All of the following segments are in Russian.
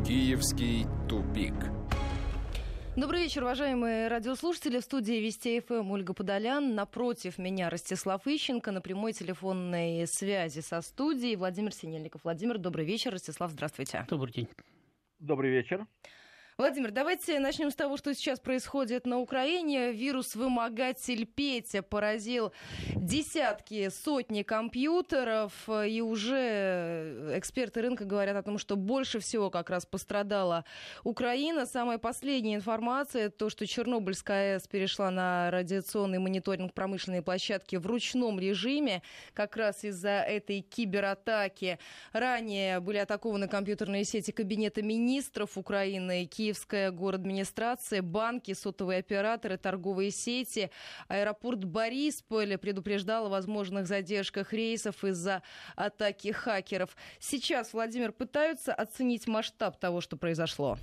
Киевский тупик. Добрый вечер, уважаемые радиослушатели. В студии Вести ФМ Ольга Подолян. Напротив меня Ростислав Ищенко. На прямой телефонной связи со студией Владимир Синельников. Владимир, добрый вечер. Ростислав, здравствуйте. Добрый день. Добрый вечер. Владимир, давайте начнем с того, что сейчас происходит на Украине. Вирус-вымогатель Петя поразил десятки, сотни компьютеров. И уже эксперты рынка говорят о том, что больше всего как раз пострадала Украина. Самая последняя информация, то, что Чернобыльская АЭС перешла на радиационный мониторинг промышленной площадки в ручном режиме. Как раз из-за этой кибератаки ранее были атакованы компьютерные сети Кабинета министров Украины, Киевская горадминистрация, банки, сотовые операторы, торговые сети. Аэропорт Борисполь предупреждал о возможных задержках рейсов из-за атаки хакеров. Сейчас, Владимир, пытаются оценить масштаб того, что произошло?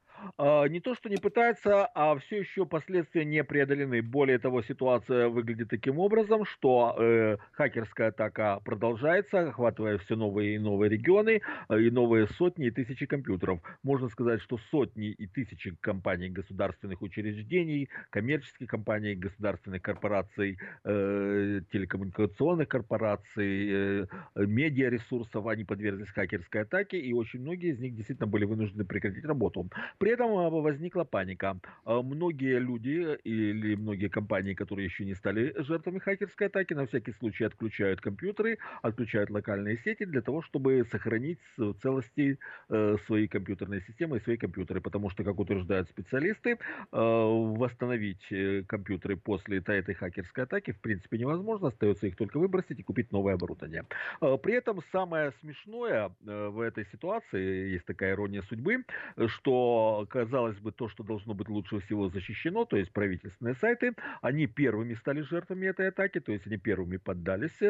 Не то, что не пытается, а все еще последствия не преодолены. Более того, ситуация выглядит таким образом, что хакерская атака продолжается, охватывая все новые и новые регионы, и новые сотни и тысячи компьютеров. Можно сказать, что сотни и тысячи компаний, государственных учреждений, коммерческих компаний, государственных корпораций, телекоммуникационных корпораций, медиаресурсов, они подверглись хакерской атаке, и очень многие из них действительно были вынуждены прекратить работу. При этом возникла паника. Многие люди или многие компании, которые еще не стали жертвами хакерской атаки, на всякий случай отключают компьютеры, отключают локальные сети для того, чтобы сохранить в целости свои компьютерные системы и свои компьютеры. Потому что, как утверждают специалисты, восстановить компьютеры после этой хакерской атаки в принципе невозможно. Остается их только выбросить и купить новое оборудование. При этом самое смешное в этой ситуации, есть такая ирония судьбы, что казалось бы, то, что должно быть лучше всего защищено, то есть правительственные сайты, они первыми стали жертвами этой атаки, то есть они первыми поддались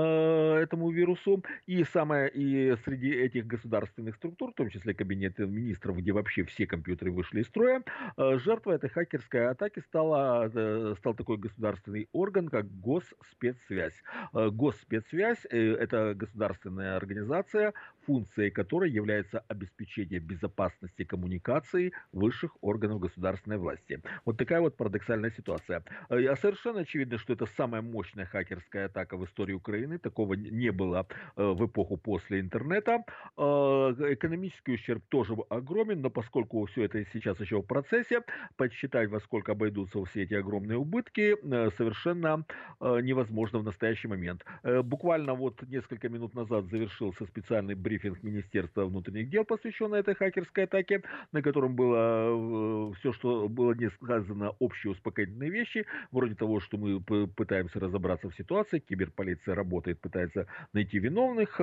этому вирусу. И среди этих государственных структур, в том числе Кабинет министров, где вообще все компьютеры вышли из строя, жертвой этой хакерской атаки стал такой государственный орган, как Госспецсвязь. Госспецсвязь – это государственная организация, функцией которой является обеспечение безопасности коммуникаций высших органов государственной власти. Вот такая вот парадоксальная ситуация. Совершенно очевидно, что это самая мощная хакерская атака в истории Украины. Такого не было в эпоху после интернета. Экономический ущерб тоже огромен, но поскольку все это сейчас еще в процессе, подсчитать, во сколько обойдутся все эти огромные убытки, совершенно невозможно в настоящий момент. Буквально вот несколько минут назад завершился специальный брифинг Министерства внутренних дел, посвященный этой хакерской атаке, на котором было все, что было не сказано, общие успокоительные вещи, вроде того, что мы пытаемся разобраться в ситуации, киберполиция работает, пытается найти виновных,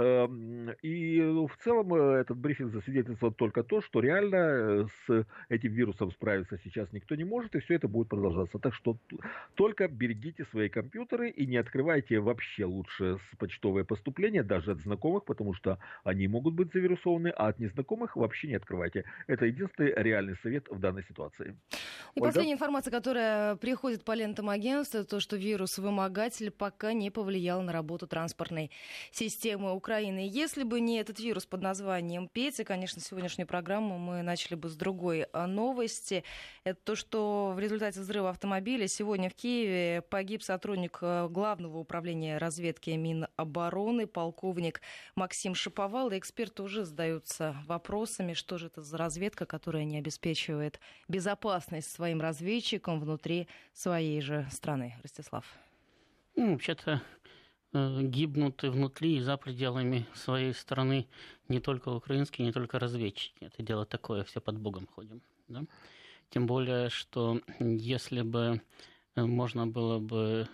и в целом этот брифинг засвидетельствовал только то, что реально с этим вирусом справиться сейчас никто не может, и все это будет продолжаться. Так что только берегите свои компьютеры и не открывайте вообще лучше почтовые поступления, даже от знакомых, потому что они могут быть завирусованы, а от незнакомых вообще не открывайте. Это единственный реальный совет в данной ситуации. И Ольга? последняя информация, которая приходит по лентам агентства, то, что вирус-вымогатель пока не повлиял на работу транспортной системы Украины. Если бы не этот вирус под названием Петя, конечно, сегодняшнюю программу мы начали бы с другой новости. Это то, что в результате взрыва автомобиля сегодня в Киеве погиб сотрудник Главного управления разведки Минобороны, полковник Максим Шаповал. И эксперты уже задаются вопросами, что же это за разведка, которая не обеспечивает безопасность своим разведчикам внутри своей же страны. Ростислав. Вообще-то гибнут и внутри, и за пределами своей страны не только украинские, не только разведчики. Это дело такое, все под Богом ходим. Да? Тем более, что если бы можно было бы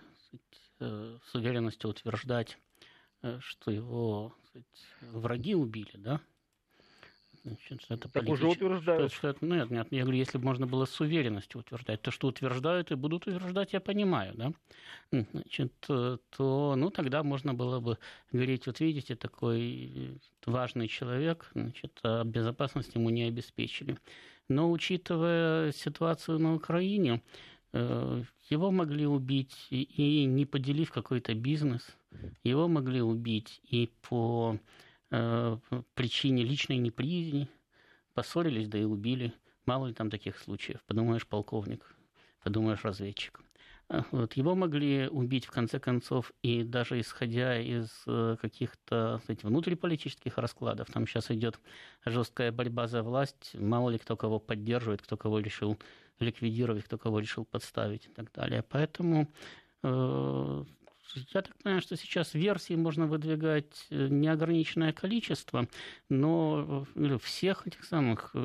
с уверенностью утверждать, что его враги убили, да? Значит, это так уже утверждают. Нет, я говорю, если бы можно было с уверенностью утверждать, то, что утверждают и будут утверждать, я понимаю, да? Значит, то, тогда можно было бы говорить, вот видите, такой важный человек, значит, а безопасность ему не обеспечили. Но, учитывая ситуацию на Украине, его могли убить и не поделив какой-то бизнес, его могли убить и по причине личной неприязни, поссорились, да и убили. Мало ли там таких случаев. Подумаешь, полковник, подумаешь, разведчик. Вот. Его могли убить, в конце концов, и даже исходя из каких-то, кстати, внутриполитических раскладов. Там сейчас идет жесткая борьба за власть. Мало ли кто кого поддерживает, кто кого решил ликвидировать, кто кого решил подставить и так далее. Поэтому я так понимаю, что сейчас версий можно выдвигать неограниченное количество, но всех этих самых...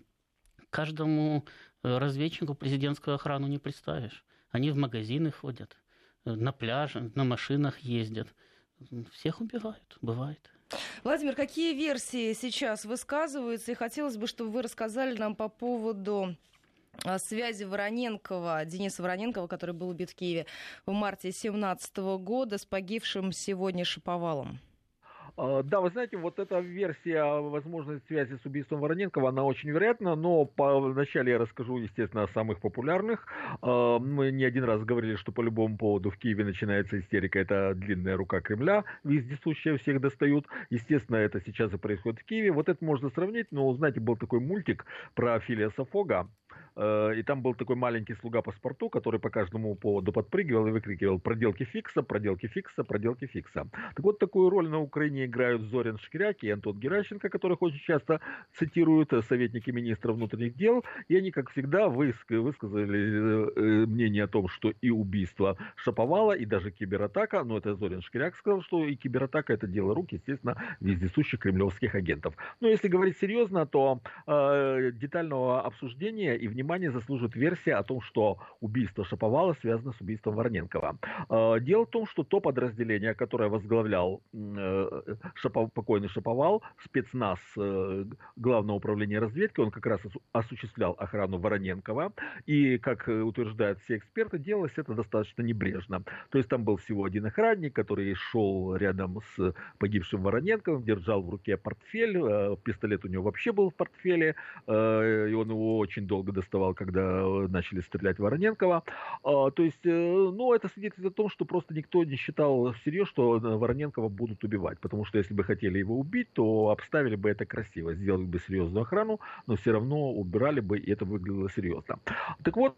Каждому разведчику президентскую охрану не представишь. Они в магазины ходят, на пляже, на машинах ездят. Всех убивают, бывает. Владимир, какие версии сейчас высказываются? И хотелось бы, чтобы вы рассказали нам по поводу связи Вороненкова, Дениса Вороненкова, который был убит в Киеве в марте 2017 года, с погибшим сегодня Шаповалом. Да, вы знаете, вот эта версия возможной связи с убийством Вороненкова, она очень вероятна, но вначале я расскажу, естественно, о самых популярных. Мы не один раз говорили, что по любому поводу в Киеве начинается истерика, это длинная рука Кремля, вездесущая, всех достают. Естественно, это сейчас и происходит в Киеве. Вот это можно сравнить, но, знаете, был такой мультик про Филиаса Фога, и там был такой маленький слуга паспорту, который по каждому поводу подпрыгивал и выкрикивал «проделки фикса, проделки фикса, проделки фикса». Так вот, такую роль на Украине играют Зорин Шкиряк и Антон Геращенко, которых очень часто цитируют советники министра внутренних дел, и они, как всегда, высказали мнение о том, что и убийство Шаповала, и даже кибератака, но это Зорин Шкиряк сказал, что и кибератака — это дело рук, естественно, вездесущих кремлевских агентов. Но если говорить серьезно, то детального обсуждения и внимания заслуживает версия о том, что убийство Шаповала связано с убийством Вороненкова. Дело в том, что то подразделение, которое возглавлял покойный Шаповал, спецназ Главного управления разведки, он как раз осуществлял охрану Вороненкова, и, как утверждают все эксперты, делалось это достаточно небрежно. То есть там был всего один охранник, который шел рядом с погибшим Вороненковым, держал в руке портфель, пистолет у него вообще был в портфеле, и он его очень долго доставал, когда начали стрелять в Вороненкова. То есть, ну, это свидетельствует о том, что просто никто не считал всерьез, что Вороненкова будут убивать, потому что если бы хотели его убить, то обставили бы это красиво, сделали бы серьезную охрану, но все равно убирали бы, и это выглядело серьезно. Так вот,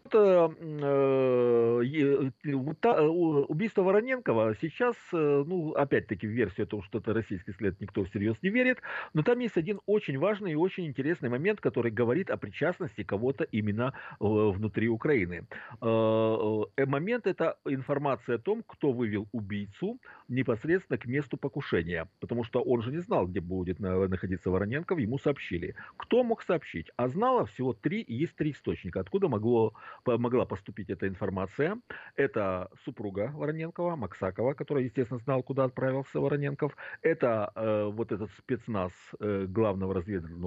убийство Вороненкова сейчас, ну, опять-таки, в версию о том, что это российский след, никто всерьез не верит, но там есть один очень важный и очень интересный момент, который говорит о причастности кого-то именно внутри Украины. Момент — это информация о том, кто вывел убийцу непосредственно к месту покушения, потому что он же не знал, где будет находиться Вороненков, ему сообщили. Кто мог сообщить? А знало всего есть три источника, откуда могла поступить эта информация. Это супруга Вороненкова, Максакова, которая, естественно, знал, куда отправился Вороненков. Это вот этот спецназ Главного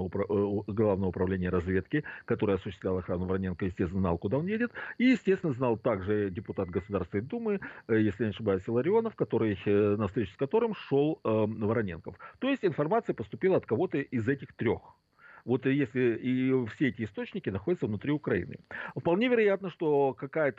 управления разведки, который осуществлял охрану Вороненко, естественно, знал, куда он едет. И, естественно, знал также депутат Государственной Думы, если не ошибаюсь, Илларионов, на встречу с которым шел Вороненков. То есть информация поступила от кого-то из этих трех. Вот если и все эти источники находятся внутри Украины. Вполне вероятно, что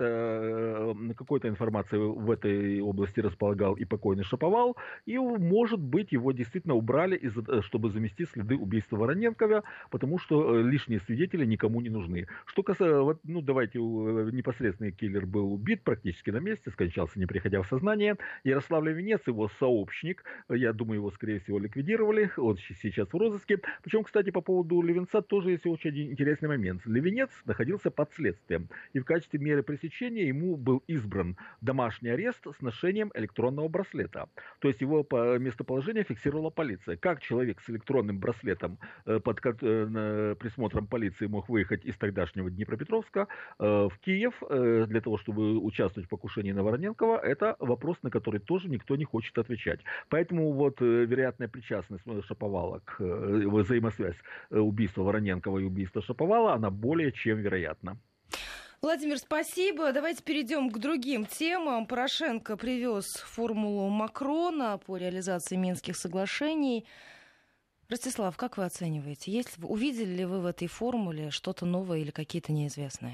какой-то информацией в этой области располагал и покойный Шаповал, и, может быть, его действительно убрали, чтобы замести следы убийства Вороненкова, потому что лишние свидетели никому не нужны. Что касается, ну, давайте, непосредственный киллер был убит практически на месте, скончался, не приходя в сознание. Ярослав Левинец, его сообщник, я думаю, его, скорее всего, ликвидировали, он сейчас в розыске. Причем, кстати, по поводу Левинца тоже есть очень интересный момент. Левинец находился под следствием, и в качестве меры пресечения ему был избран домашний арест с ношением электронного браслета. То есть его местоположение фиксировала полиция. Как человек с электронным браслетом под присмотром полиции мог выехать из тогдашнего Днепропетровска в Киев для того, чтобы участвовать в покушении на Вороненкова, это вопрос, на который тоже никто не хочет отвечать. Поэтому вот вероятная причастность Шаповала к взаимосвязь убийства Вороненкова и убийства Шаповала, она более чем вероятна. Владимир, спасибо. Давайте перейдем к другим темам. Порошенко привез формулу Макрона по реализации Минских соглашений. Ростислав, как вы оцениваете? Увидели ли вы в этой формуле что-то новое или какие-то неизвестные?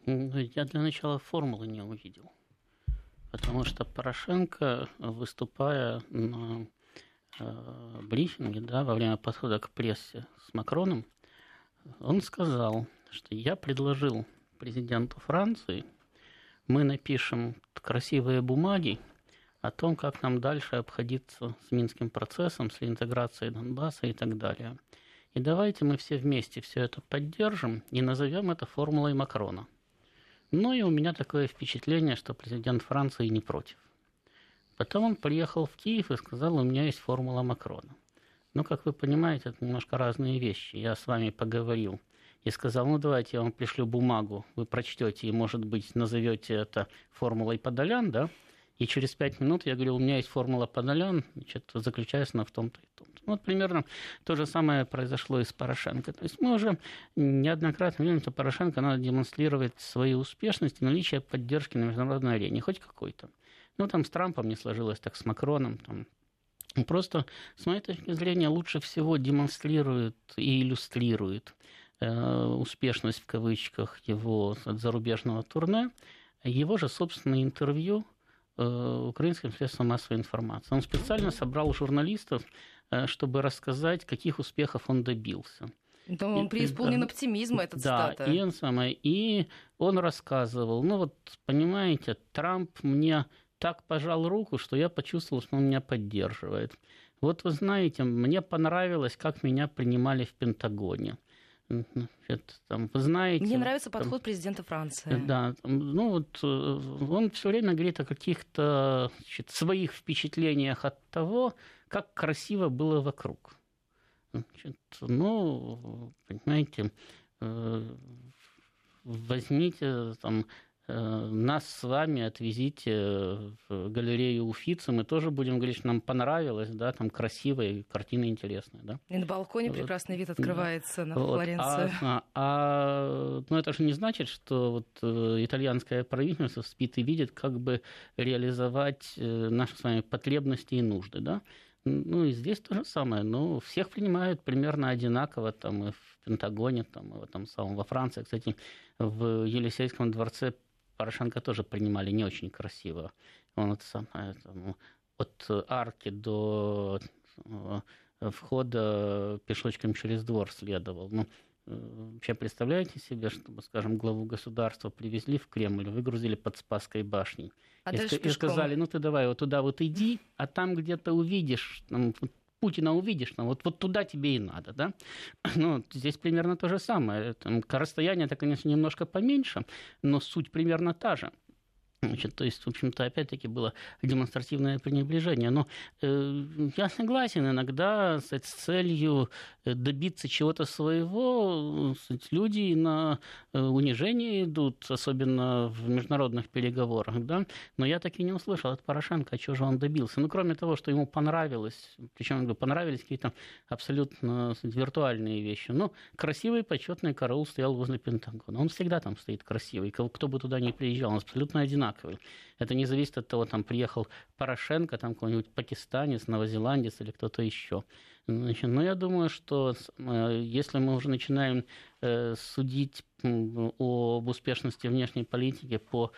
Я для начала формулы не увидел. Потому что Порошенко, выступая на брифинге, да, во время подхода к прессе с Макроном, Он сказал, что я предложил президенту Франции, мы напишем красивые бумаги о том, как нам дальше обходиться с Минским процессом, с реинтеграцией Донбасса и так далее. И давайте мы все вместе все это поддержим и назовем это формулой Макрона. Ну и у меня такое впечатление, что президент Франции не против. Потом он приехал в Киев и сказал, у меня есть формула Макрона. Ну, как вы понимаете, это немножко разные вещи. Я с вами поговорил и сказал, ну, давайте я вам пришлю бумагу, вы прочтете и, может быть, назовете это формулой Подолян, да? И через 5 минут я говорю, у меня есть формула Подолян, значит, заключается она в том-то и том-то. Вот примерно то же самое произошло и с Порошенко. То есть мы уже неоднократно видим, что Порошенко надо демонстрировать свою успешность и наличие поддержки на международной арене, хоть какой-то. Ну, там с Трампом не сложилось, так с Макроном. Там. Просто, с моей точки зрения, лучше всего демонстрирует и иллюстрирует успешность, в кавычках, его зарубежного турне, его же собственное интервью украинским средствам массовой информации. Он специально собрал журналистов, чтобы рассказать, каких успехов он добился. Да, он преисполнен оптимизма, эта цитата. Да, и он рассказывал, ну вот, понимаете, Трамп мне так пожал руку, что я почувствовал, что он меня поддерживает. Вот вы знаете, мне понравилось, как меня принимали в Пентагоне. Вы знаете, мне нравится подход президента Франции. Да, ну вот он все время говорит о каких-то своих впечатлениях от того, как красиво было вокруг. Ну, понимаете, возьмите там нас с вами отвезите в галерею Уффици, мы тоже будем говорить, что нам понравилось, да, там красиво и картина интересная, да. И на балконе прекрасный вид открывается на Флоренцию. Но это же не значит, что вот итальянское правительство спит и видит, как бы реализовать наши с вами потребности и нужды, да. Ну и здесь то же самое, но всех принимают примерно одинаково, там и в Пентагоне, там и в этом самом во Франции, кстати, в Елисейском дворце Порошенко тоже принимали не очень красиво. Он это самое, там, от арки до входа пешочком через двор следовал. Ну, вообще представляете себе, чтобы, скажем, главу государства привезли в Кремль, выгрузили под Спасской башней. И сказали, ну ты давай вот туда вот иди, а там где-то увидишь, там, Путина увидишь, ну, вот туда тебе и надо, да? Ну, здесь примерно то же самое. Там, расстояние-то, конечно, немножко поменьше, но суть примерно та же. Значит, то есть, в общем-то, опять-таки было демонстративное пренебрежение. Но я согласен, иногда с целью добиться чего-то своего люди на унижение идут, особенно в международных переговорах. Да? Но я так и не услышал от Порошенко, чего же он добился. Ну, кроме того, что ему понравилось, причем понравились какие-то абсолютно виртуальные вещи. Ну, красивый почетный караул стоял возле Пентагона. Он всегда там стоит красивый. Кто бы туда ни приезжал, он абсолютно одинаковый. Это не зависит от того, там приехал Порошенко, там какой-нибудь пакистанец, новозеландец или кто-то еще. Значит, но я думаю, что если мы уже начинаем судить об успешности внешней политики по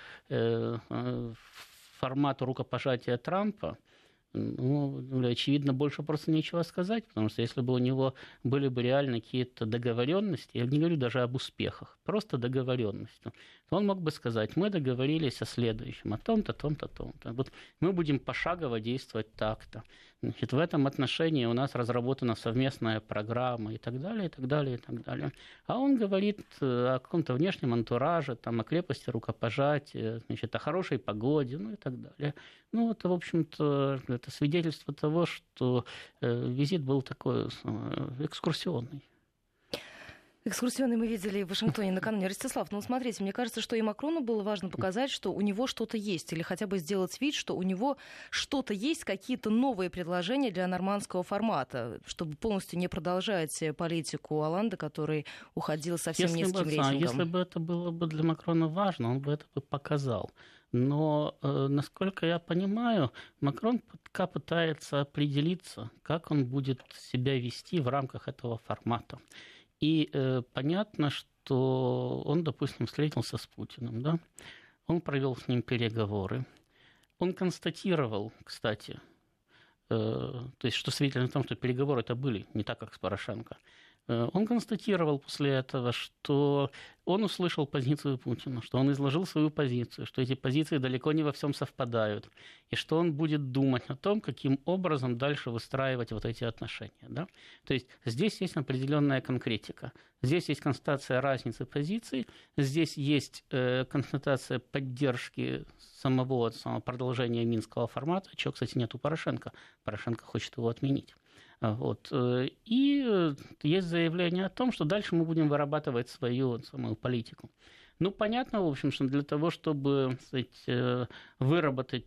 формату рукопожатия Трампа, ну, очевидно, больше просто нечего сказать, потому что если бы у него были бы реально какие-то договоренности, я не говорю даже об успехах, просто договоренности, то он мог бы сказать, мы договорились о следующем, о том-то, том-то, том-то. Вот мы будем пошагово действовать так-то. Значит, в этом отношении у нас разработана совместная программа и так далее, и так далее, и так далее. А он говорит о каком-то внешнем антураже, там, о крепости рукопожатия, значит, о хорошей погоде, ну и так далее. Ну, это, в общем-то, это свидетельство того, что визит был такой экскурсионный. Экскурсионный мы видели в Вашингтоне накануне. Ростислав, ну смотрите, мне кажется, что и Макрону было важно показать, что у него что-то есть, или хотя бы сделать вид, что у него что-то есть, какие-то новые предложения для нормандского формата, чтобы полностью не продолжать политику Олланда, который уходил совсем низким рейтингом. Если бы это было бы для Макрона важно, он бы это бы показал. Но, насколько я понимаю, Макрон пока пытается определиться, как он будет себя вести в рамках этого формата. И понятно, что он, допустим, встретился с Путиным, да? Он провел с ним переговоры. Он констатировал, кстати, то есть, что свидетельно в том, что переговоры это были не так, как с Порошенко, Он констатировал после этого, что он услышал позицию Путина, что он изложил свою позицию, что эти позиции далеко не во всем совпадают, и что он будет думать о том, каким образом дальше выстраивать вот эти отношения. Да? То есть здесь есть определенная конкретика. Здесь есть констатация разницы позиций, здесь есть констатация поддержки самого продолжения Минского формата, чего, кстати, нет у Порошенко. Порошенко хочет его отменить. Вот. И есть заявление о том, что дальше мы будем вырабатывать свою самую политику. Ну, понятно, в общем, что для того, чтобы, сказать, выработать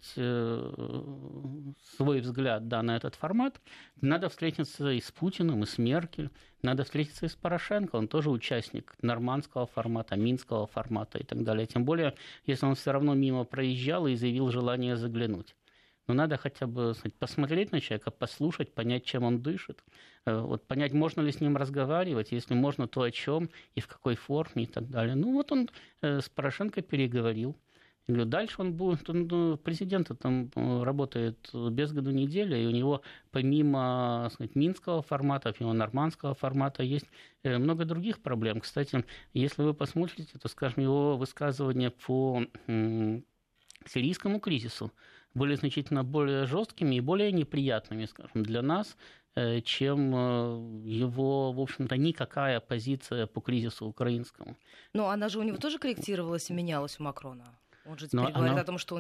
свой взгляд, да, на этот формат, надо встретиться и с Путиным, и с Меркель, надо встретиться и с Порошенко, он тоже участник нормандского формата, минского формата и так далее. Тем более, если он все равно мимо проезжал и заявил желание заглянуть. Но надо хотя бы, сказать, посмотреть на человека, послушать, понять, чем он дышит, вот, понять, можно ли с ним разговаривать, если можно, то о чем и в какой форме и так далее. Ну вот он с Порошенко переговорил. Дальше он будет, президент там работает без году неделя, и у него помимо, сказать, минского формата, помимо нормандского формата есть много других проблем. Кстати, если вы посмотрите, то, скажем, его высказывания по сирийскому кризису были значительно более жесткими и более неприятными, скажем, для нас, чем его, в общем-то, никакая позиция по кризису украинскому. Но она же у него тоже корректировалась и менялась у Макрона. Он же теперь говорит о том, что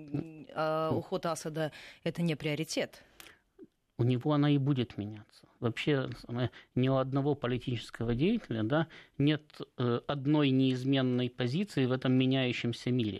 уход Асада – это не приоритет. У него она и будет меняться. Вообще ни у одного политического деятеля, да, нет одной неизменной позиции в этом меняющемся мире.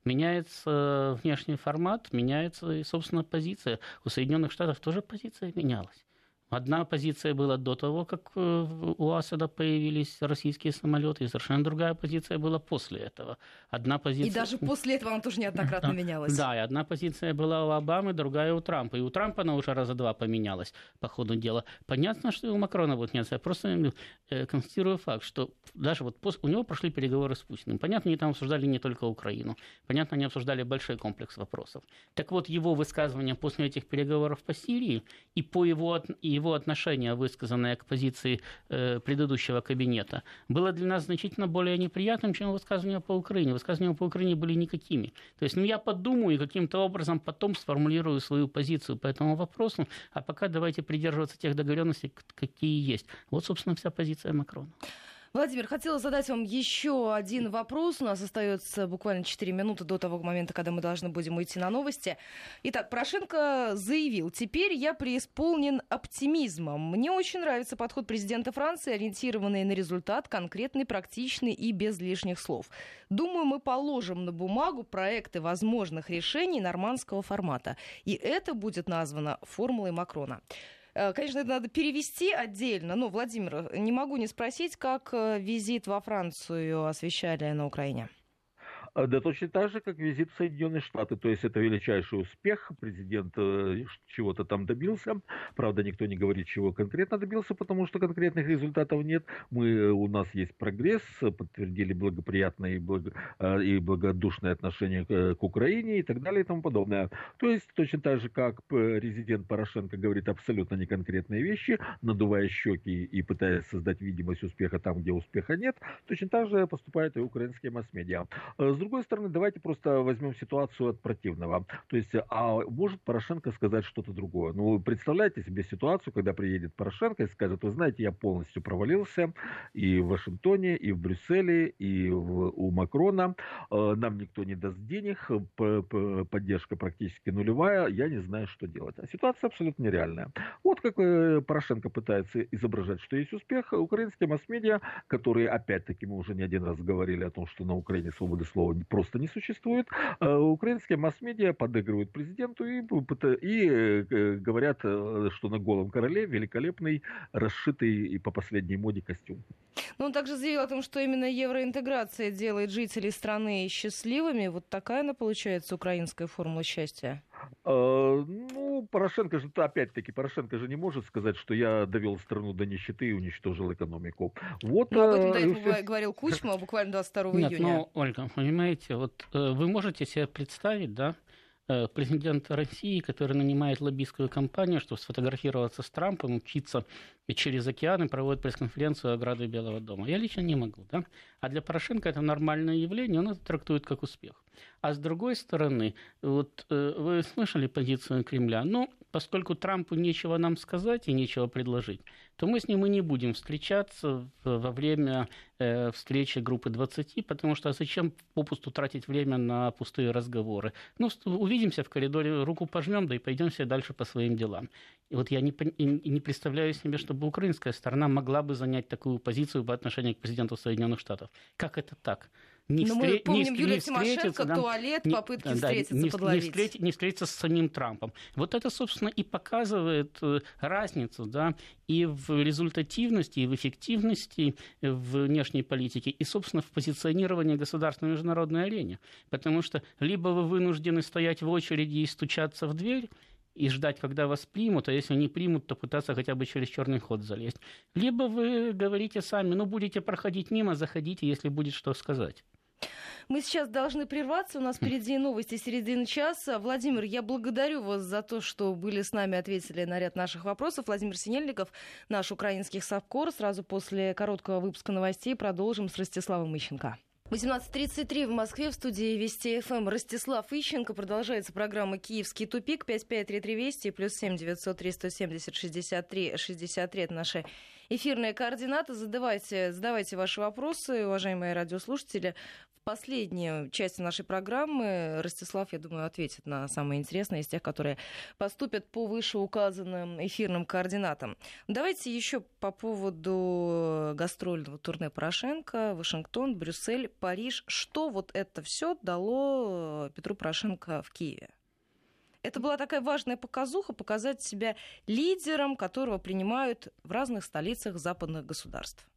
Меняется внешний формат, меняется и, собственно, позиция. У Соединенных Штатов тоже позиция менялась. Одна позиция была до того, как у Асада появились российские самолеты, и совершенно другая позиция была после этого. Одна позиция... И даже после этого она тоже неоднократно менялась. Да, и одна позиция была у Обамы, другая у Трампа. И у Трампа она уже раза два поменялась по ходу дела. Понятно, что и у Макрона будет меняться. Я просто констатирую факт, что даже вот у него прошли переговоры с Путиным. Понятно, они там обсуждали не только Украину. Понятно, они обсуждали большой комплекс вопросов. Так вот, его высказывания после этих переговоров по Сирии и по его отношение, высказанное к позиции предыдущего кабинета, было для нас значительно более неприятным, чем высказывания по Украине. Высказывания по Украине были никакими. То есть, я подумаю и каким-то образом потом сформулирую свою позицию по этому вопросу, а пока давайте придерживаться тех договоренностей, какие есть. Вот, собственно, вся позиция Макрона. Владимир, хотела задать вам еще один вопрос. У нас остается буквально 4 минуты до того момента, когда мы должны будем уйти на новости. Итак, Порошенко заявил: «Теперь я преисполнен оптимизмом. Мне очень нравится подход президента Франции, ориентированный на результат, конкретный, практичный и без лишних слов. Думаю, мы положим на бумагу проекты возможных решений нормандского формата. И это будет названо формулой Макрона». Конечно, это надо перевести отдельно. Но, Владимир, не могу не спросить, как визит во Францию освещали на Украине? Да точно так же, как визит в Соединенные Штаты. То есть это величайший успех. Президент чего-то там добился. Правда, никто не говорит, чего конкретно добился, потому что конкретных результатов нет. У нас есть прогресс, подтвердили благоприятное и благодушное отношение к Украине и так далее и тому подобное. То есть точно так же, как президент Порошенко говорит абсолютно неконкретные вещи, надувая щеки и пытаясь создать видимость успеха там, где успеха нет, точно так же поступают и украинские масс-медиа. С другой стороны, давайте просто возьмем ситуацию от противного. То есть, а может Порошенко сказать что-то другое? Ну, представляете себе ситуацию, когда приедет Порошенко и скажет: вы знаете, я полностью провалился и в Вашингтоне, и в Брюсселе, и у Макрона. Нам никто не даст денег, поддержка практически нулевая, я не знаю, что делать. А ситуация абсолютно нереальная. Вот как Порошенко пытается изображать, что есть успех. Украинские масс-медиа, которые, опять-таки, мы уже не один раз говорили о том, что на Украине свободы слова просто не существует. Украинские масс-медиа подыгрывают президенту и говорят, что на голом короле великолепный, расшитый и по последней моде костюм. Но он также заявил о том, что именно евроинтеграция делает жителей страны счастливыми. Вот такая она, получается, украинская формула счастья. Ну, Порошенко же, опять-таки, Порошенко же не может сказать, что я довел страну до нищеты и уничтожил экономику. Вот, об этом до этого говорил Кучма буквально 22 июня. Нет, ну, Ольга, понимаете, вот вы можете себе представить, да, президента России, который нанимает лоббистскую компанию, чтобы сфотографироваться с Трампом, учиться и через океаны проводит пресс-конференцию о ограде Белого дома. Я лично не могу. Да? А для Порошенко это нормальное явление, он это трактует как успех. А с другой стороны, вот вы слышали позицию Кремля? Ну, поскольку Трампу нечего нам сказать и нечего предложить, то мы с ним и не будем встречаться во время встречи группы 20, потому что зачем попусту тратить время на пустые разговоры? Ну, увидимся в коридоре, руку пожмем, да и пойдем все дальше по своим делам. И вот я не представляю себе, чтобы украинская сторона могла бы занять такую позицию по отношению к президенту Соединенных Штатов. Как это так? Но мы помним Юлию Тимошенко, да, туалет, попытки встретиться, подловить. Не встретиться с самим Трампом. Вот это, собственно, и показывает разницу, да, и в результативности, и в эффективности в внешней политике, и, собственно, в позиционировании государства на международной арене. Потому что либо вы вынуждены стоять в очереди и стучаться в дверь, и ждать, когда вас примут, а если не примут, то пытаться хотя бы через черный ход залезть. Либо вы говорите сами, ну, будете проходить мимо, заходите, если будет что сказать. Мы сейчас должны прерваться, у нас впереди новости середины часа. Владимир, я благодарю вас за то, что были с нами, ответили на ряд наших вопросов. Владимир Синельников, наш украинский САВКОР. Сразу после короткого выпуска новостей продолжим с Ростиславом Ищенко. 18:33 в Москве, в студии Вести ФМ Ростислав Ищенко. Продолжается программа «Киевский тупик». 5533 Вести +7 903 170 63 63. Это наши эфирные координаты. Задавайте ваши вопросы, уважаемые радиослушатели. В последней части нашей программы Ростислав, я думаю, ответит на самые интересные из тех, которые поступят по вышеуказанным эфирным координатам. Давайте еще по поводу гастрольного турне Порошенко. Вашингтон, Брюссель, Париж. Что вот это все дало Петру Порошенко в Киеве? Это была такая важная показуха, показать себя лидером, которого принимают в разных столицах западных государств.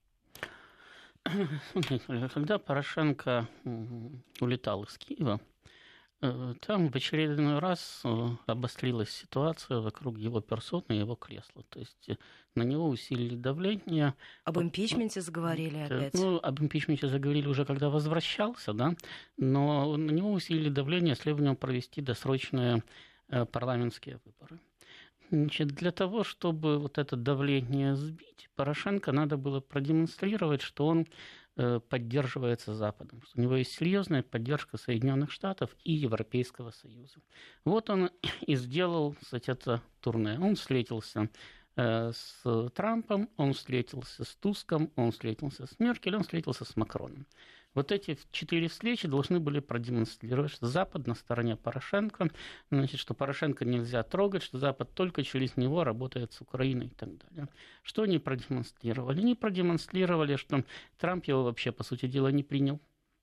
Когда Порошенко улетал из Киева, там в очередной раз обострилась ситуация вокруг его персоны и его кресла. То есть на него усилили давление. Об импичменте заговорили опять. Ну, об импичменте заговорили уже, когда возвращался, да, но на него усилили давление с требованием провести досрочные парламентские выборы. Значит, для того, чтобы вот это давление сбить, Порошенко надо было продемонстрировать, что он поддерживается Западом, что у него есть серьезная поддержка Соединенных Штатов и Европейского Союза. Вот он и сделал, кстати, это турне. Он встретился с Трампом, он встретился с Туском, он встретился с Меркель, он встретился с Макроном. Вот эти 4 встречи должны были продемонстрировать, что Запад на стороне Порошенко, значит, что Порошенко нельзя трогать, что Запад только через него работает с Украиной и так далее. Что они продемонстрировали? Они продемонстрировали, что Трамп его вообще, по сути дела, не принял.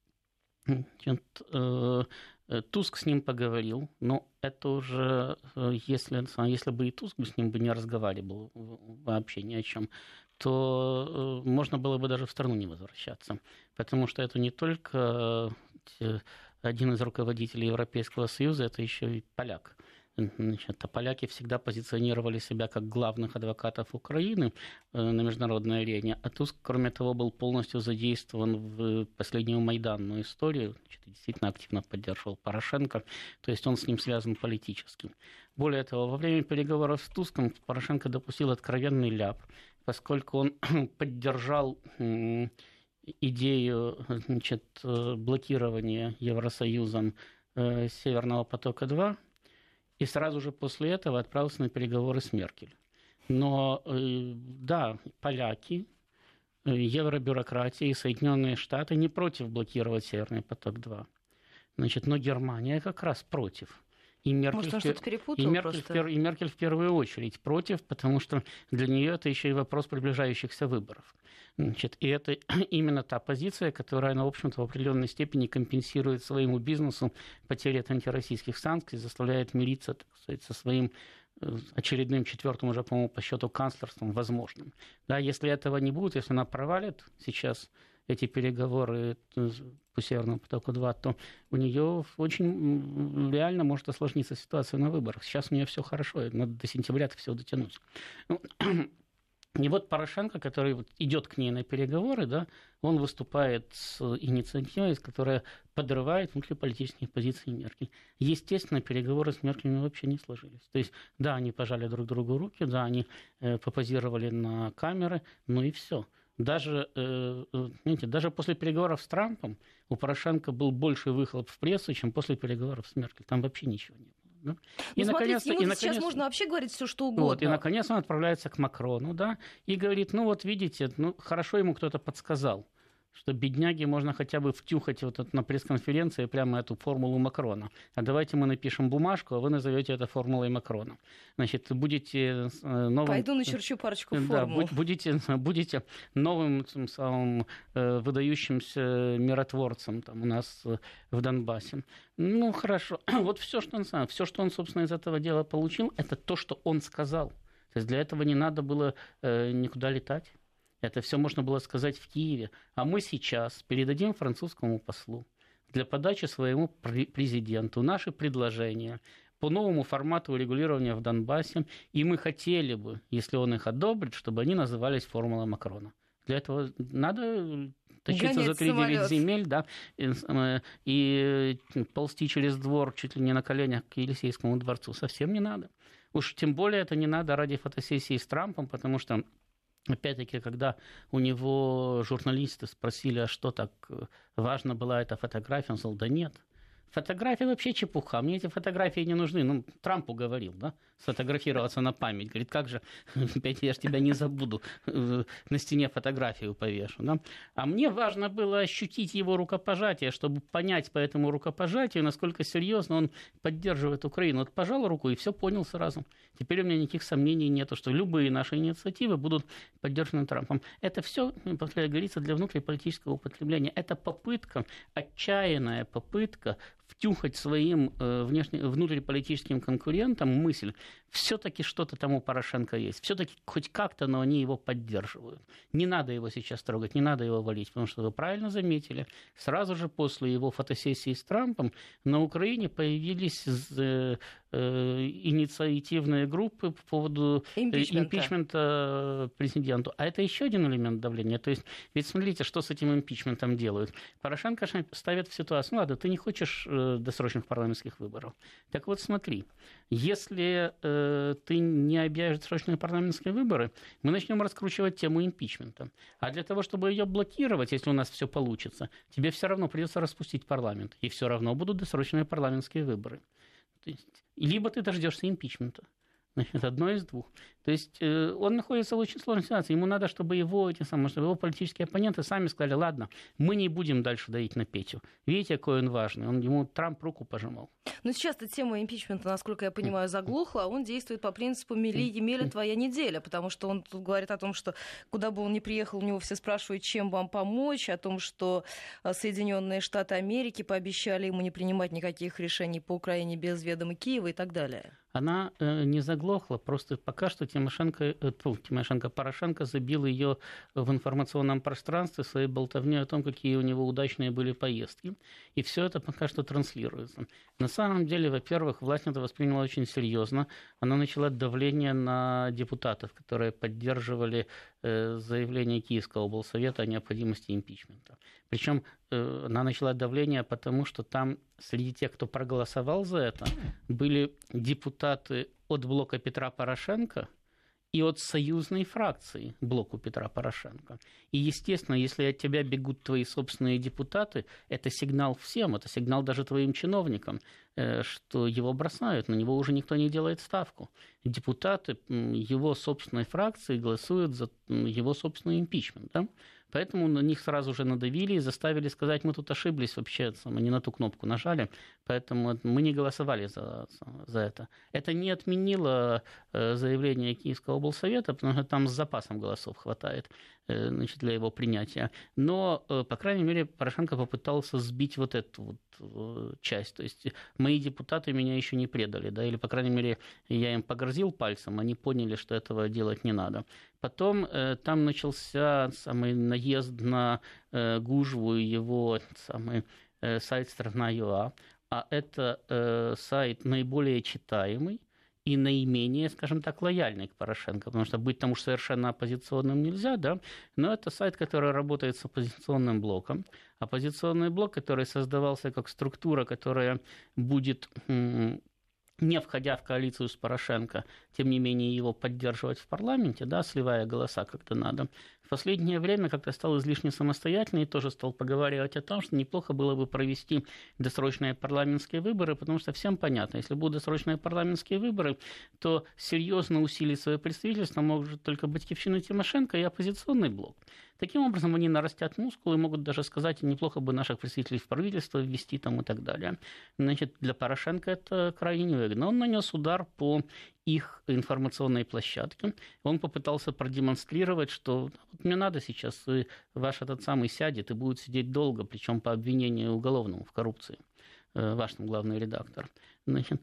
Туск с ним поговорил, но это уже, если бы и Туск с ним бы не разговаривал вообще ни о чем, то можно было бы даже в страну не возвращаться. Потому что это не только один из руководителей Европейского Союза, это еще и поляк. Значит, а поляки всегда позиционировали себя как главных адвокатов Украины на международной арене, а Туск, кроме того, был полностью задействован в последнюю майданную историю, значит, действительно активно поддерживал Порошенко, то есть он с ним связан политически. Более того, во время переговоров с Туском Порошенко допустил откровенный ляп, поскольку он поддержал идею, значит, блокирования Евросоюзом Северного потока-2, и сразу же после этого отправился на переговоры с Меркель. Но да, поляки, евробюрократия и Соединенные Штаты не против блокировать Северный поток-2. Значит, но Германия как раз против. И Меркель, и Меркель в первую очередь против, потому что для нее это еще и вопрос приближающихся выборов. Значит, и это именно та позиция, которая она, в общем-то, в определенной степени компенсирует своему бизнесу потери от антироссийских санкций, заставляет мириться, так сказать, со своим очередным 4-м уже, по-моему, по счету канцлерством возможным. Да, если этого не будет, если она провалит сейчас эти переговоры по Северному потоку-2, то у нее очень реально может осложниться ситуация на выборах. Сейчас у нее все хорошо, надо до сентября это все дотянуть. И вот Порошенко, который идет к ней на переговоры, да, он выступает с инициативой, которая подрывает внутриполитические позиции Меркель. Естественно, переговоры с Меркель вообще не сложились. То есть, да, они пожали друг другу руки, да, они попозировали на камеры, но и все. Даже, знаете, даже после переговоров с Трампом у Порошенко был больше выхлоп в прессу, чем после переговоров с Меркель. Там вообще ничего не было. Да? И смотрите, ему сейчас можно вообще говорить все, что угодно. Вот, и, наконец, он отправляется к Макрону, да, и говорит, ну, вот видите, ну, хорошо ему кто-то подсказал, что бедняге можно хотя бы втюхать вот это на пресс-конференции прямо эту формулу Макрона. А давайте мы напишем бумажку, а вы назовете это формулой Макрона. Значит, будете новым... Пойду начерчу парочку формул. Да, будете новым самым выдающимся миротворцем там, у нас в Донбассе. Ну, хорошо. Вот все, что он, собственно, из этого дела получил, это то, что он сказал. То есть для этого не надо было никуда летать. Это все можно было сказать в Киеве. А мы сейчас передадим французскому послу для подачи своему президенту наши предложения по новому формату урегулирования в Донбассе. И мы хотели бы, если он их одобрит, чтобы они назывались формулой Макрона. Для этого надо тащиться за 3-9 земель, да, и ползти через двор чуть ли не на коленях к Елисейскому дворцу. Совсем не надо. Уж тем более это не надо ради фотосессии с Трампом, потому что опять-таки, когда у него журналисты спросили, а что так важна была эта фотография, он сказал, да нет. Фотографии вообще чепуха, мне эти фотографии не нужны. Ну, Трампу говорил, да, сфотографироваться на память. Говорит, как же, опять я ж тебя не забуду, на стене фотографию повешу. Да? А мне важно было ощутить его рукопожатие, чтобы понять по этому рукопожатию, насколько серьезно он поддерживает Украину. Вот пожал руку и все понял сразу. Теперь у меня никаких сомнений нет, что любые наши инициативы будут поддержаны Трампом. Это все, как говорится, для внутриполитического употребления. Это попытка, отчаянная попытка втюхать своим внутриполитическим конкурентам мысль, все-таки что-то там у Порошенко есть, все-таки хоть как-то, но они его поддерживают. Не надо его сейчас трогать, не надо его валить, потому что вы правильно заметили, сразу же после его фотосессии с Трампом на Украине появились инициативные группы по поводу импичмента президенту. А это еще один элемент давления. То есть, ведь смотрите, что с этим импичментом делают. Порошенко ставит в ситуацию, ну ладно, ты не хочешь досрочных парламентских выборов. Так вот смотри, если ты не объявишь досрочные парламентские выборы, мы начнем раскручивать тему импичмента. А для того, чтобы ее блокировать, если у нас все получится, тебе все равно придется распустить парламент. И все равно будут досрочные парламентские выборы. То есть, либо ты дождешься импичмента. Значит, одно из двух. То есть он находится в очень сложной ситуации. Ему надо, чтобы его политические оппоненты сами сказали, ладно, мы не будем дальше давить на Петю. Видите, какой он важный. Ему Трамп руку пожимал. Но сейчас-то тема импичмента, насколько я понимаю, заглохла. Он действует по принципу «мели емеля твоя неделя», потому что он тут говорит о том, что куда бы он ни приехал, у него все спрашивают, чем вам помочь, о том, что Соединенные Штаты Америки пообещали ему не принимать никаких решений по Украине без ведома Киева и так далее. Она не заглохла, просто пока что Порошенко забил ее в информационном пространстве своей болтовней о том, какие у него удачные были поездки. И все это пока что транслируется. На самом деле, во-первых, власть это восприняла очень серьезно. Она начала давление на депутатов, которые поддерживали заявление Киевского облсовета о необходимости импичмента. Причем она начала давление, потому что там среди тех, кто проголосовал за это, были депутаты от блока Петра Порошенко и от союзной фракции блоку Петра Порошенко. И, естественно, если от тебя бегут твои собственные депутаты, это сигнал всем, это сигнал даже твоим чиновникам, что его бросают, на него уже никто не делает ставку. Депутаты его собственной фракции голосуют за его собственный импичмент, да? Поэтому на них сразу же надавили и заставили сказать, мы тут ошиблись вообще, мы не на ту кнопку нажали, поэтому мы не голосовали за это. Это не отменило заявление Киевского облсовета, потому что там с запасом голосов хватает для его принятия. Но, по крайней мере, Порошенко попытался сбить вот эту вот часть. То есть мои депутаты меня еще не предали, да, или, по крайней мере, я им погрозил пальцем, они поняли, что этого делать не надо. Потом там начался самый наезд на Гужву и его сайт «Страна.ua», а это сайт наиболее читаемый и наименее, скажем так, лояльный к Порошенко, потому что быть там уж совершенно оппозиционным нельзя, да, но это сайт, который работает с оппозиционным блоком. Оппозиционный блок, который создавался как структура, которая будет, не входя в коалицию с Порошенко, тем не менее его поддерживать в парламенте, да, сливая голоса как-то надо, в последнее время как-то стал излишне самостоятельный и тоже стал поговаривать о том, что неплохо было бы провести досрочные парламентские выборы, потому что всем понятно, если будут досрочные парламентские выборы, то серьезно усилить свое представительство может только Батькивщина Тимошенко и оппозиционный блок. Таким образом, они нарастят мускулы и могут даже сказать, неплохо бы наших представителей в правительство ввести там и так далее. Значит, для Порошенко это крайне невыгодно. Он нанес удар по их информационной площадке. Он попытался продемонстрировать, что вот мне надо сейчас, и ваш этот самый сядет и будет сидеть долго, причем по обвинению уголовному в коррупции, ваш там главный редактор. Значит,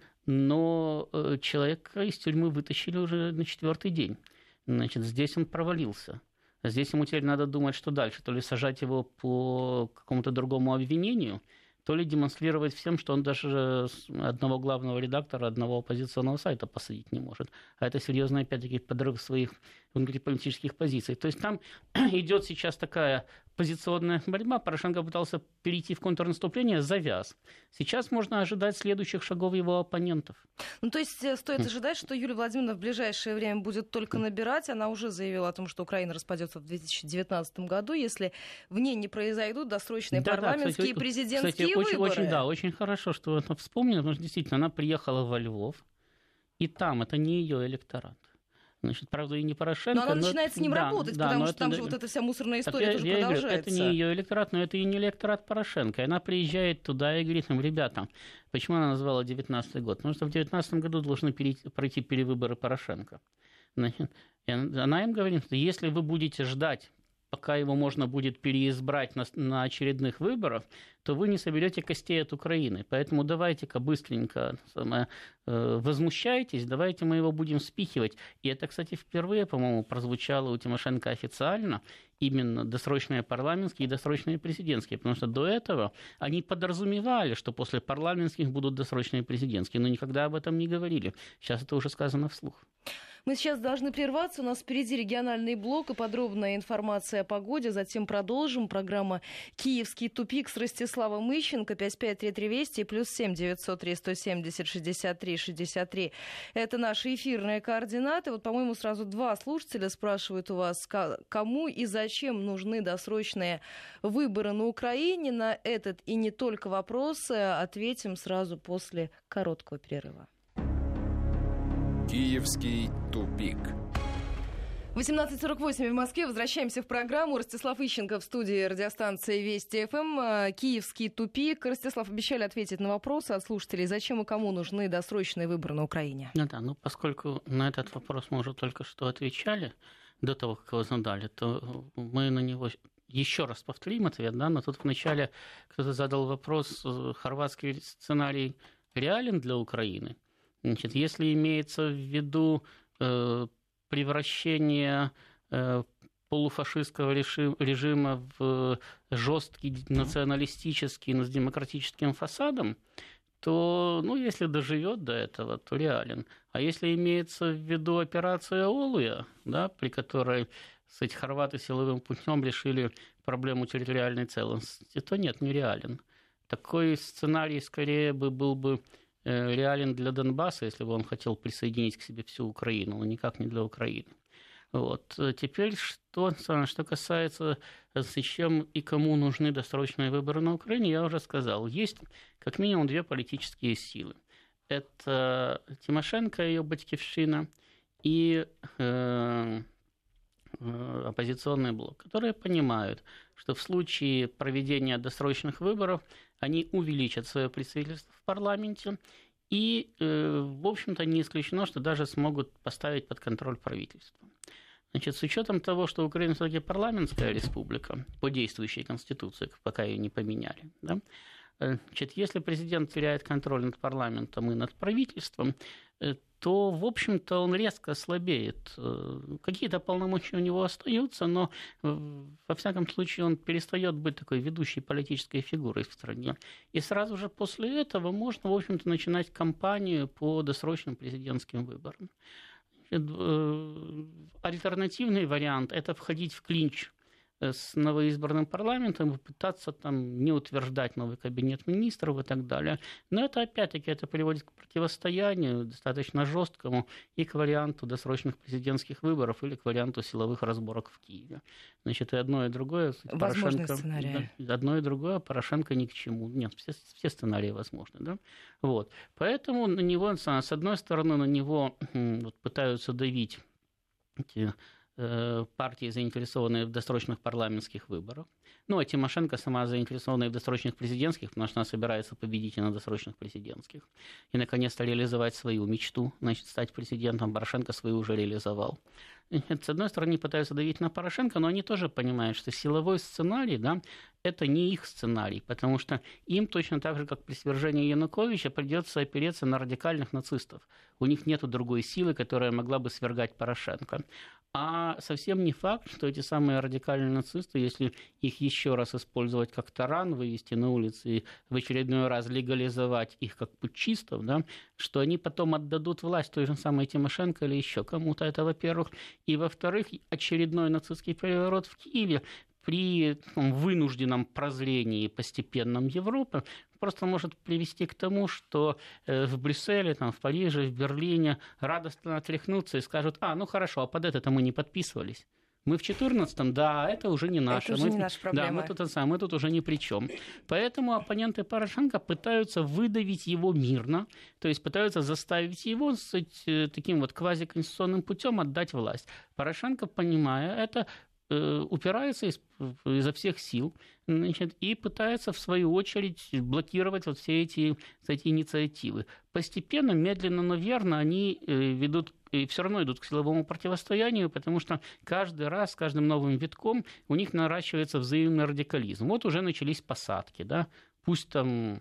но человека из тюрьмы вытащили уже на 4-й день. Значит, здесь он провалился. Здесь ему теперь надо думать, что дальше. То ли сажать его по какому-то другому обвинению, то ли демонстрировать всем, что он даже одного главного редактора, одного оппозиционного сайта посадить не может. А это серьезный, опять-таки, подрыв своих внутриполитических позиций. То есть там идет сейчас такая позиционная борьба. Порошенко пытался перейти в контрнаступление, завяз. Сейчас можно ожидать следующих шагов его оппонентов. Ну, то есть стоит ожидать, что Юлия Владимировна в ближайшее время будет только набирать. Она уже заявила о том, что Украина распадется в 2019 году, если в ней не произойдут досрочные парламентские и президентские выборы. Очень хорошо, что вы это вспомнили, потому что действительно она приехала во Львов, и там это не ее электорат. Значит, правда, и не Порошенко. Но она начинает с ним работать, потому что там же вот эта вся мусорная история тоже продолжается. Говорю, это не ее электорат, но это и не электорат Порошенко. Она приезжает туда и говорит им, ребята, почему она назвала 19-й год? Потому что в 19-м году должны пройти перевыборы Порошенко. Значит, она им говорит, что если вы будете ждать, пока его можно будет переизбрать на очередных выборах, то вы не соберете костей от Украины. Поэтому давайте-ка быстренько возмущайтесь, давайте мы его будем спихивать. И это, кстати, впервые, по-моему, прозвучало у Тимошенко официально, именно досрочные парламентские и досрочные президентские, потому что до этого они подразумевали, что после парламентских будут досрочные президентские, но никогда об этом не говорили. Сейчас это уже сказано вслух. Мы сейчас должны прерваться. У нас впереди региональный блок и подробная информация о погоде. Затем продолжим. Программа «Киевский тупик» с Ростиславом Ищенко. 553320 и +7 903 170 63 63. Это наши эфирные координаты. Вот, по-моему, сразу два слушателя спрашивают у вас, кому и зачем нужны досрочные выборы на Украине. На этот и не только вопросы ответим сразу после короткого перерыва. Киевский тупик. 18:48 в Москве. Возвращаемся в программу. Ростислав Ищенко в студии радиостанции Вести ФМ. Киевский тупик. Ростислав, обещали ответить на вопросы от слушателей. Зачем и кому нужны досрочные выборы на Украине? Поскольку на этот вопрос мы уже только что отвечали, до того, как его задали, то мы на него еще раз повторим ответ. Да? Но тут вначале кто-то задал вопрос, хорватский сценарий реален для Украины? Значит, если имеется в виду превращение полуфашистского режима в жесткий националистический, но с демократическим фасадом, то, если доживет до этого, то реален. А если имеется в виду операция Олуя, да, при которой хорваты силовым путем решили проблему территориальной целостности, то нет, не реален. Такой сценарий скорее был бы реален для Донбасса, если бы он хотел присоединить к себе всю Украину, но никак не для Украины. Вот. Теперь, что касается, зачем и кому нужны досрочные выборы на Украине, я уже сказал. Есть как минимум две политические силы. Это Тимошенко, ее Батькивщина, и оппозиционный блок, которые понимают, что в случае проведения досрочных выборов они увеличат свое представительство в парламенте и, в общем-то, не исключено, что даже смогут поставить под контроль правительство. Значит, с учетом того, что Украина все-таки парламентская республика по действующей конституции, пока ее не поменяли, да? Значит, если президент теряет контроль над парламентом и над правительством, то, в общем-то, он резко слабеет. Какие-то полномочия у него остаются, но, во всяком случае, он перестает быть такой ведущей политической фигурой в стране. И сразу же после этого можно, в общем-то, начинать кампанию по досрочным президентским выборам. Альтернативный вариант – это входить в клинч с новоизбранным парламентом и пытаться там не утверждать новый кабинет министров и так далее. Но это, опять-таки, это приводит к противостоянию достаточно жесткому и к варианту досрочных президентских выборов или к варианту силовых разборок в Киеве. Значит, и одно, и другое... Одно и другое Порошенко ни к чему. Нет, все сценарии возможны. Да? Вот. Поэтому на него, с одной стороны, на него пытаются давить эти партии, заинтересованные в досрочных парламентских выборах. Ну, а Тимошенко сама заинтересованная в досрочных президентских, потому что она собирается победить и на досрочных президентских. И, наконец-то, реализовать свою мечту, значит, стать президентом. Порошенко свою уже реализовал. С одной стороны, пытаются давить на Порошенко, но они тоже понимают, что силовой сценарий, да, это не их сценарий, потому что им точно так же, как при свержении Януковича, придется опереться на радикальных нацистов. У них нет другой силы, которая могла бы свергать Порошенко. А совсем не факт, что эти самые радикальные нацисты, если их еще раз использовать как таран, вывести на улицы и в очередной раз легализовать их как путчистов, да, что они потом отдадут власть той же самой Тимошенко или еще кому-то, это во-первых. И во-вторых, очередной нацистский переворот в Киеве при вынужденном прозрении постепенном Европы просто может привести к тому, что в Брюсселе, в Париже, в Берлине радостно отряхнутся и скажут: ну хорошо, а под это мы не подписывались. Мы в 2014-м, да, это уже не наше. Это уже не наша проблема. Да, мы тут уже ни при чем. Поэтому оппоненты Порошенко пытаются выдавить его мирно, то есть пытаются заставить его таким вот квазиконституционным путем отдать власть. Порошенко, понимая это, упирается изо всех сил, значит, и пытается, в свою очередь, блокировать вот все эти инициативы. Постепенно, медленно, но верно, они ведут и все равно идут к силовому противостоянию, потому что каждый раз, с каждым новым витком у них наращивается взаимный радикализм. Вот уже начались посадки, да, пусть там...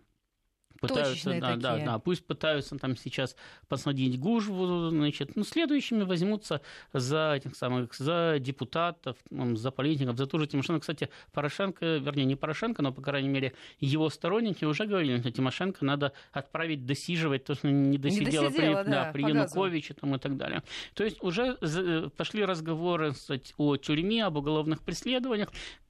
Пусть пытаются там сейчас посадить Гужву, значит, следующими возьмутся за депутатов, за политиков, за ту же Тимошенко. Кстати, Порошенко, вернее, не Порошенко, но, по крайней мере, его сторонники уже говорили, что Тимошенко надо отправить досиживать то, что не досидела при Януковиче там, и так далее. То есть уже пошли разговоры, кстати, о тюрьме, об уголовных преследованиях.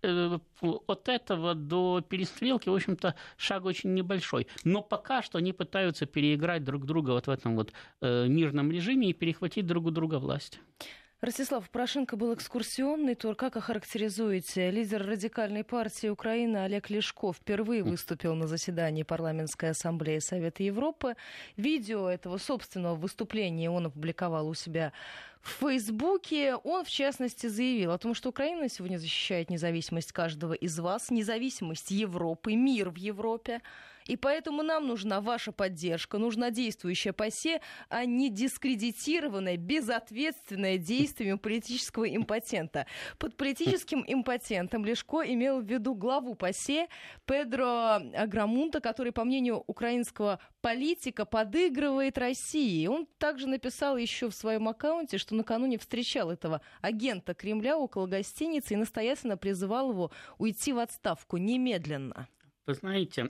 От этого до перестрелки, в общем-то, шаг очень небольшой. Но пока что они пытаются переиграть друг друга вот в этом вот мирном режиме и перехватить друг у друга власть. Ростислав, Порошенко был экскурсионный тур. Как охарактеризуете? Лидер радикальной партии Украины Олег Ляшко впервые выступил на заседании Парламентской ассамблеи Совета Европы. Видео этого собственного выступления он опубликовал у себя в Фейсбуке. Он, в частности, заявил о том, что Украина сегодня защищает независимость каждого из вас, независимость Европы, мир в Европе. И поэтому нам нужна ваша поддержка, нужна действующая ПАСЕ, а не дискредитированная, безответственная действиями политического импотента. Под политическим импотентом Ляшко имел в виду главу ПАСЕ Педро Аграмунта, который, по мнению украинского политика, подыгрывает России. Он также написал еще в своем аккаунте, что накануне встречал этого агента Кремля около гостиницы и настоятельно призывал его уйти в отставку немедленно. Вы знаете...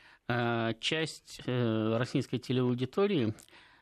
Часть российской телеаудитории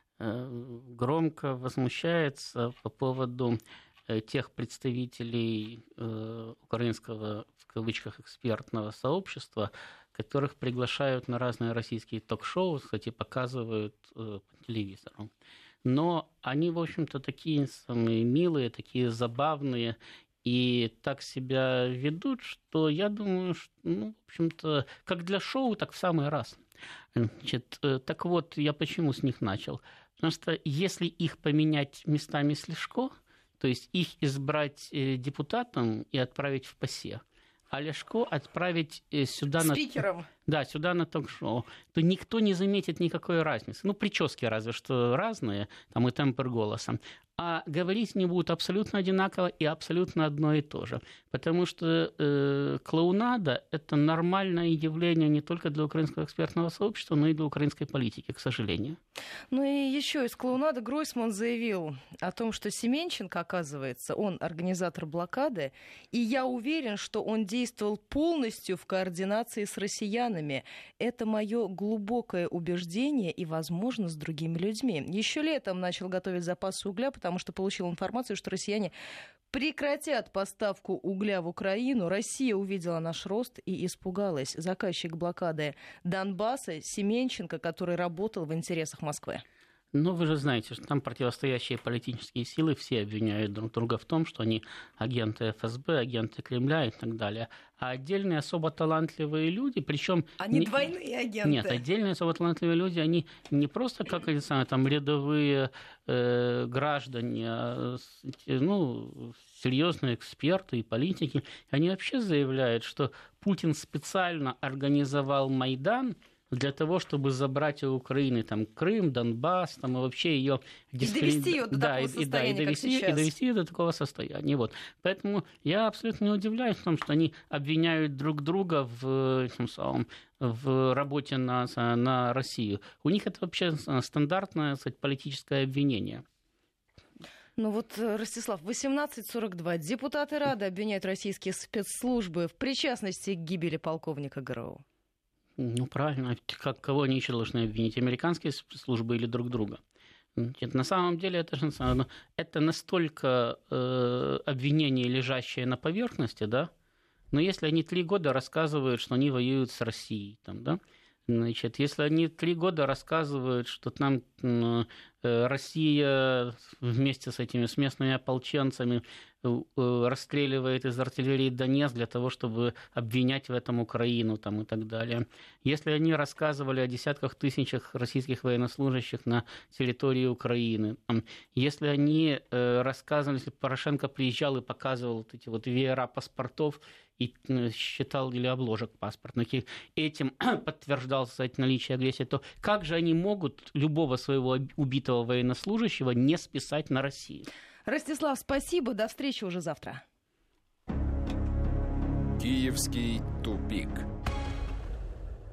громко возмущается по поводу тех представителей украинского, в кавычках, экспертного сообщества, которых приглашают на разные российские ток-шоу, кстати, показывают по телевизору. Но они, в общем-то, такие самые милые, такие забавные, и так себя ведут, что я думаю, что, в общем-то, как для шоу, так в самый раз. Значит, так вот, я почему с них начал? Потому что если их поменять местами с Ляшко, то есть их избрать депутатом и отправить в ПАСЕ, а Ляшко отправить сюда спикером. Сюда на ток-шоу, то никто не заметит никакой разницы. Прически разве что разные, там и тембр голоса. а говорить они будут абсолютно одинаково и абсолютно одно и то же. Потому что клоунада – это нормальное явление не только для украинского экспертного сообщества, но и для украинской политики, к сожалению. Ну и еще из клоунады Гройсман заявил о том, что Семенченко, оказывается, он организатор блокады, и я уверен, что он действовал полностью в координации с россиянами. Это мое глубокое убеждение и, возможно, с другими людьми. Еще летом начал готовить запасы угля, потому что получил информацию, что россияне прекратят поставку угля в Украину. Россия увидела наш рост и испугалась. Заказчик блокады Донбасса Семенченко, который работал в интересах Москвы. Но вы же знаете, что там противостоящие политические силы все обвиняют друг друга в том, что они агенты ФСБ, агенты Кремля и так далее. А отдельные особо талантливые люди, причем... Они двойные агенты. Нет, отдельные особо талантливые люди, они не просто как эти самые там рядовые граждане, а, серьезные эксперты и политики. Они вообще заявляют, что Путин специально организовал Майдан для того, чтобы забрать у Украины там Крым, Донбасс, там и вообще ее довести ее до такого состояния, как сейчас. И довести ее до такого состояния. Вот. Поэтому я абсолютно не удивляюсь в том, что они обвиняют друг друга в работе на Россию. У них это вообще стандартное, кстати, политическое обвинение. Ну вот, Ростислав, 18:42. Депутаты Рады обвиняют российские спецслужбы в причастности к гибели полковника ГРУ. Ну, правильно. Кого они еще должны обвинить? Американские службы или друг друга? На самом деле это настолько обвинения, лежащие на поверхности, да? Но если они 3 года рассказывают, что они воюют с Россией, там, да? Значит, если они 3 года рассказывают, что там Россия вместе с местными ополченцами расстреливает из артиллерии Донецк для того, чтобы обвинять в этом Украину там, и так далее. Если они рассказывали о десятках тысячах российских военнослужащих на территории Украины, если они рассказывали, если Порошенко приезжал и показывал вот эти вот веера паспортов и считал или обложек паспортных, и этим подтверждал, кстати, наличие агрессии, то как же они могут любого своего убитого военнослужащего не списать на Россию? Ростислав, спасибо. До встречи уже завтра. Киевский тупик.